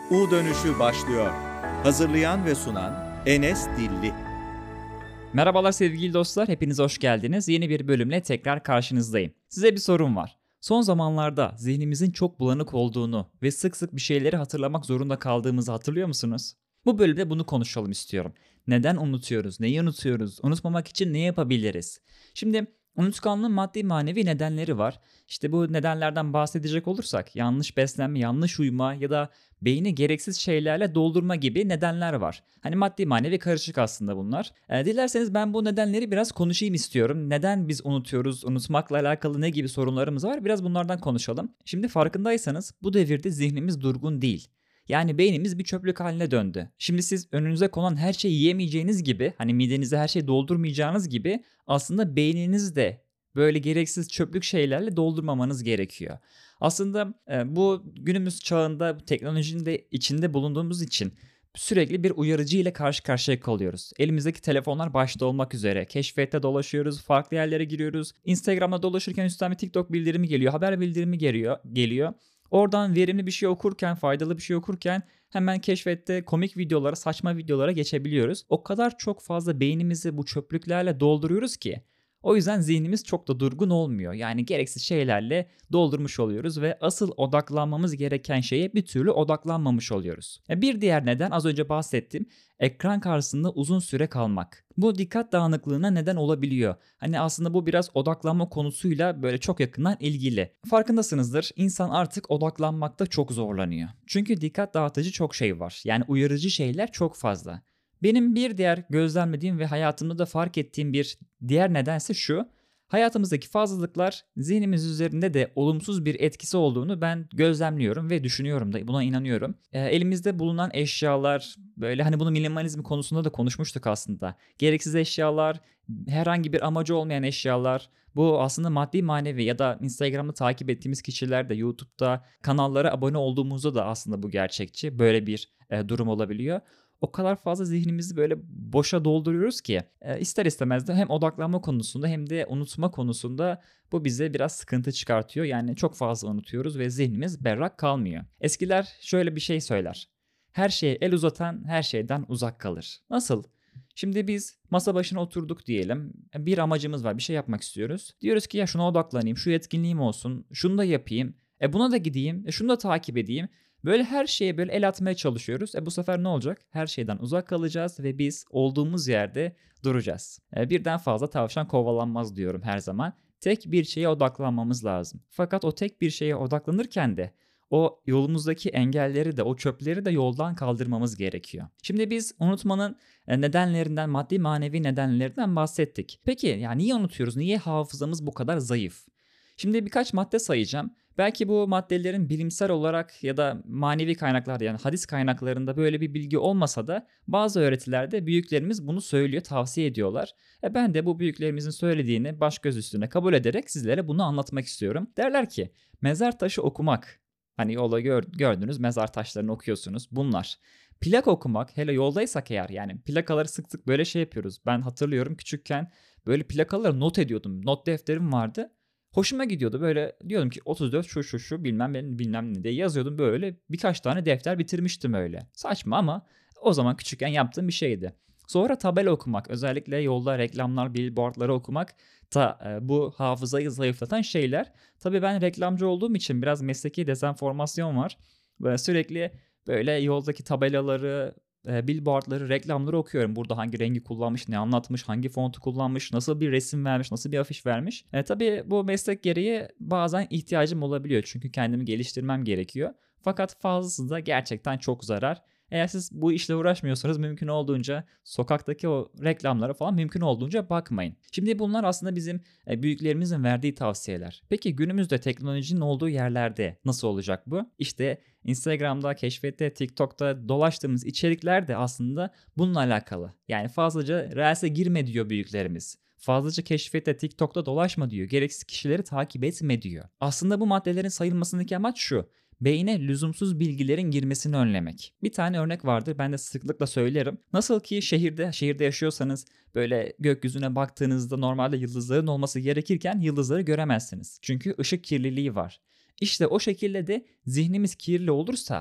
U dönüşü başlıyor. Hazırlayan ve sunan Enes Dilli. Merhabalar sevgili dostlar, hepiniz hoş geldiniz. Yeni bir bölümle tekrar karşınızdayım. Size bir sorum var. Son zamanlarda zihnimizin çok bulanık olduğunu ve sık sık bir şeyleri hatırlamak zorunda kaldığımızı hatırlıyor musunuz? Bu bölümde bunu konuşalım istiyorum. Neden unutuyoruz? Neyi unutuyoruz? Unutmamak için ne yapabiliriz? Şimdi unutkanlığın maddi manevi nedenleri var. İşte bu nedenlerden bahsedecek olursak yanlış beslenme, yanlış uyuma ya da beyni gereksiz şeylerle doldurma gibi nedenler var. Hani maddi manevi karışık aslında bunlar. Dilerseniz ben bu nedenleri biraz konuşayım istiyorum. Neden biz unutuyoruz? Unutmakla alakalı ne gibi sorunlarımız var? Biraz bunlardan konuşalım. Şimdi farkındaysanız bu devirde zihnimiz durgun değil. Yani beynimiz bir çöplük haline döndü. Şimdi siz önünüze konan her şeyi yiyemeyeceğiniz gibi, hani midenize her şeyi doldurmayacağınız gibi aslında beyniniz de böyle gereksiz çöplük şeylerle doldurmamanız gerekiyor. Aslında bu günümüz çağında teknolojinin de içinde bulunduğumuz için sürekli bir uyarıcı ile karşı karşıya kalıyoruz. Elimizdeki telefonlar başta olmak üzere keşfette dolaşıyoruz, farklı yerlere giriyoruz. Instagram'da dolaşırken üstten bir TikTok bildirimi geliyor, haber bildirimi geliyor. Oradan verimli bir şey okurken, faydalı bir şey okurken hemen keşfette komik videolara, saçma videolara geçebiliyoruz. O kadar çok fazla beynimizi bu çöplüklerle dolduruyoruz ki o yüzden zihnimiz çok da durgun olmuyor. Yani gereksiz şeylerle doldurmuş oluyoruz ve asıl odaklanmamız gereken şeye bir türlü odaklanmamış oluyoruz. Bir diğer neden az önce bahsettim. Ekran karşısında uzun süre kalmak. Bu dikkat dağınıklığına neden olabiliyor. Hani aslında bu biraz odaklanma konusuyla böyle çok yakından ilgili. Farkındasınızdır, insan artık odaklanmakta çok zorlanıyor. Çünkü dikkat dağıtıcı çok şey var. Yani uyarıcı şeyler çok fazla. Benim bir diğer gözlemlediğim ve hayatımda da fark ettiğim bir diğer nedense şu. Hayatımızdaki fazlalıklar zihnimiz üzerinde de olumsuz bir etkisi olduğunu ben gözlemliyorum ve düşünüyorum da buna inanıyorum. Elimizde bulunan eşyalar böyle hani bunu minimalizm konusunda da konuşmuştuk aslında. Gereksiz eşyalar, herhangi bir amacı olmayan eşyalar bu aslında maddi manevi ya da Instagram'da takip ettiğimiz kişiler de YouTube'da kanallara abone olduğumuzda da aslında bu gerçekçi. Böyle bir durum olabiliyor. O kadar fazla zihnimizi böyle boşa dolduruyoruz ki ister istemez de hem odaklanma konusunda hem de unutma konusunda bu bize biraz sıkıntı çıkartıyor. Yani çok fazla unutuyoruz ve zihnimiz berrak kalmıyor. Eskiler şöyle bir şey söyler. Her şeye el uzatan her şeyden uzak kalır. Nasıl? Şimdi biz masa başına oturduk diyelim. Bir amacımız var, bir şey yapmak istiyoruz. Diyoruz ki ya şuna odaklanayım, şu etkinliğim olsun, şunu da yapayım, buna da gideyim, şunu da takip edeyim. Böyle her şeye böyle el atmaya çalışıyoruz. Bu sefer ne olacak? Her şeyden uzak kalacağız ve biz olduğumuz yerde duracağız. Birden fazla tavşan kovalanmaz diyorum her zaman. Tek bir şeye odaklanmamız lazım. Fakat o tek bir şeye odaklanırken de o yolumuzdaki engelleri de o çöpleri de yoldan kaldırmamız gerekiyor. Şimdi biz unutmanın nedenlerinden, maddi manevi nedenlerinden bahsettik. Peki yani niye unutuyoruz? Niye hafızamız bu kadar zayıf? Şimdi birkaç madde sayacağım. Belki bu maddelerin bilimsel olarak ya da manevi kaynaklarda yani hadis kaynaklarında böyle bir bilgi olmasa da bazı öğretilerde büyüklerimiz bunu söylüyor, tavsiye ediyorlar. Ben de bu büyüklerimizin söylediğini baş göz üstüne kabul ederek sizlere bunu anlatmak istiyorum. Derler ki mezar taşı okumak. Hani yolda gördüğünüz mezar taşlarını okuyorsunuz. Bunlar. Plak okumak, hele yoldaysak eğer yani plakaları sık sık böyle şey yapıyoruz. Ben hatırlıyorum küçükken böyle plakaları not ediyordum. Not defterim vardı. Hoşuma gidiyordu böyle diyordum ki 34 şu bilmem ne diye yazıyordum böyle birkaç tane defter bitirmiştim öyle. Saçma ama o zaman küçükken yaptığım bir şeydi. Sonra tabela okumak, özellikle yolda reklamlar, billboardları okumak da bu hafızayı zayıflatan şeyler. Tabii ben reklamcı olduğum için biraz mesleki dezenformasyon var. Ve sürekli böyle yoldaki tabelaları, billboardları, reklamları okuyorum. Burada hangi rengi kullanmış, ne anlatmış, hangi fontu kullanmış, nasıl bir resim vermiş, nasıl bir afiş vermiş. Tabii bu meslek gereği bazen ihtiyacım olabiliyor. Çünkü kendimi geliştirmem gerekiyor. Fakat fazlası da gerçekten çok zarar. Eğer siz bu işle uğraşmıyorsanız mümkün olduğunca sokaktaki o reklamlara falan mümkün olduğunca bakmayın. Şimdi bunlar aslında bizim büyüklerimizin verdiği tavsiyeler. Peki günümüzde teknolojinin olduğu yerlerde nasıl olacak bu? İşte Instagram'da, Keşfet'te, TikTok'ta dolaştığımız içerikler de aslında bununla alakalı. Yani fazlaca Reels'e girme diyor büyüklerimiz. Fazlaca Keşfet'te, TikTok'ta dolaşma diyor. Gereksiz kişileri takip etme diyor. Aslında bu maddelerin sayılmasındaki amaç şu. Beyne lüzumsuz bilgilerin girmesini önlemek. Bir tane örnek vardır, ben de sıklıkla söylerim. Nasıl ki şehirde yaşıyorsanız böyle gökyüzüne baktığınızda normalde yıldızların olması gerekirken yıldızları göremezsiniz. Çünkü ışık kirliliği var. İşte o şekilde de zihnimiz kirli olursa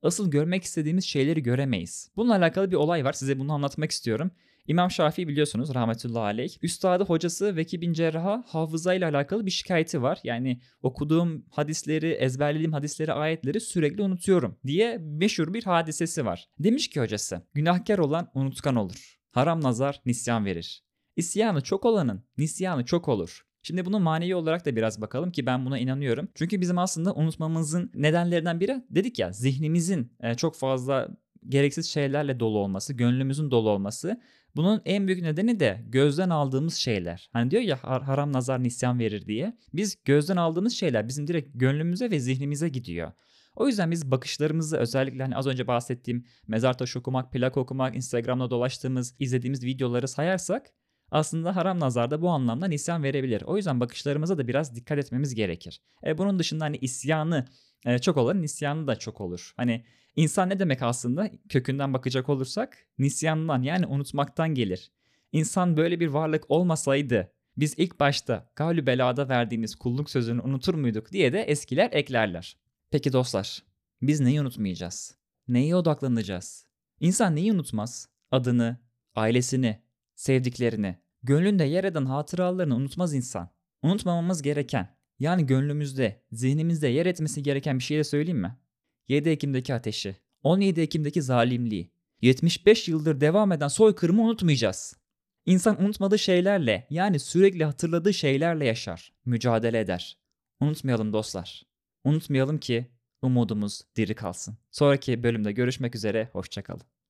asıl görmek istediğimiz şeyleri göremeyiz. Bununla alakalı bir olay var. Size bunu anlatmak istiyorum. İmam Şafii biliyorsunuz rahmetullahi aleyh. Üstadı, hocası Veki bin Cerrah'a hafızayla alakalı bir şikayeti var. Yani okuduğum hadisleri, ezberlediğim hadisleri, ayetleri sürekli unutuyorum diye meşhur bir hadisesi var. Demiş ki hocası, günahkar olan unutkan olur. Haram nazar nisyan verir. İsyanı çok olanın nisyanı çok olur. Şimdi bunu manevi olarak da biraz bakalım ki ben buna inanıyorum. Çünkü bizim aslında unutmamızın nedenlerinden biri dedik ya, zihnimizin çok fazla gereksiz şeylerle dolu olması, gönlümüzün dolu olması. Bunun en büyük nedeni de gözden aldığımız şeyler. Hani diyor ya haram nazar nisyan verir diye. Biz gözden aldığımız şeyler bizim direkt gönlümüze ve zihnimize gidiyor. O yüzden biz bakışlarımızı, özellikle hani az önce bahsettiğim mezar taşı okumak, plak okumak, Instagram'da dolaştığımız, izlediğimiz videoları sayarsak aslında haram nazar da bu anlamda nisyan verebilir. O yüzden bakışlarımıza da biraz dikkat etmemiz gerekir. Bunun dışında hani isyanı çok olur, nisyanı da çok olur. Hani insan ne demek aslında? Kökünden bakacak olursak nisyandan, yani unutmaktan gelir. İnsan böyle bir varlık olmasaydı biz ilk başta kavlü belada verdiğimiz kulluk sözünü unutur muyduk diye de eskiler eklerler. Peki dostlar, biz neyi unutmayacağız? Neye odaklanacağız? İnsan neyi unutmaz? Adını, ailesini, sevdiklerini, gönlünde yer eden hatıralarını unutmaz insan. Unutmamamız gereken, yani gönlümüzde, zihnimizde yer etmesi gereken bir şey de söyleyeyim mi? 7 Ekim'deki ateşi, 17 Ekim'deki zalimliği, 75 yıldır devam eden soykırımı unutmayacağız. İnsan unutmadığı şeylerle, yani sürekli hatırladığı şeylerle yaşar, mücadele eder. Unutmayalım dostlar. Unutmayalım ki umudumuz diri kalsın. Sonraki bölümde görüşmek üzere, hoşça kalın.